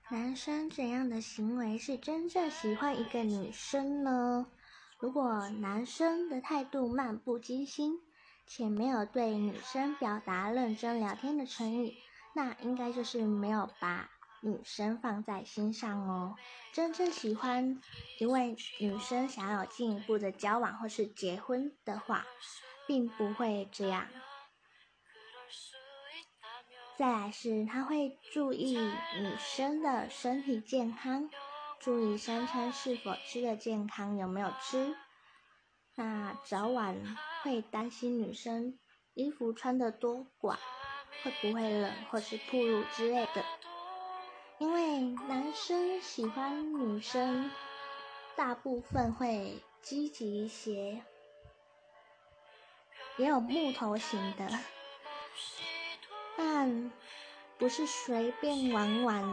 男生怎样的行为是真正喜欢一个女生呢？如果男生的态度漫不经心，且没有对女生表达认真聊天的诚意，那应该就是没有把女生放在心上哦。真正喜欢一位女生想要进一步的交往或是结婚的话，并不会这样。再来是他会注意女生的身体健康，注意三餐是否吃的健康，有没有吃。那早晚会担心女生衣服穿得多寡，会不会冷或是暴露之类的。因为男生喜欢女生大部分会积极一些，也有木头型的，但不是随便玩玩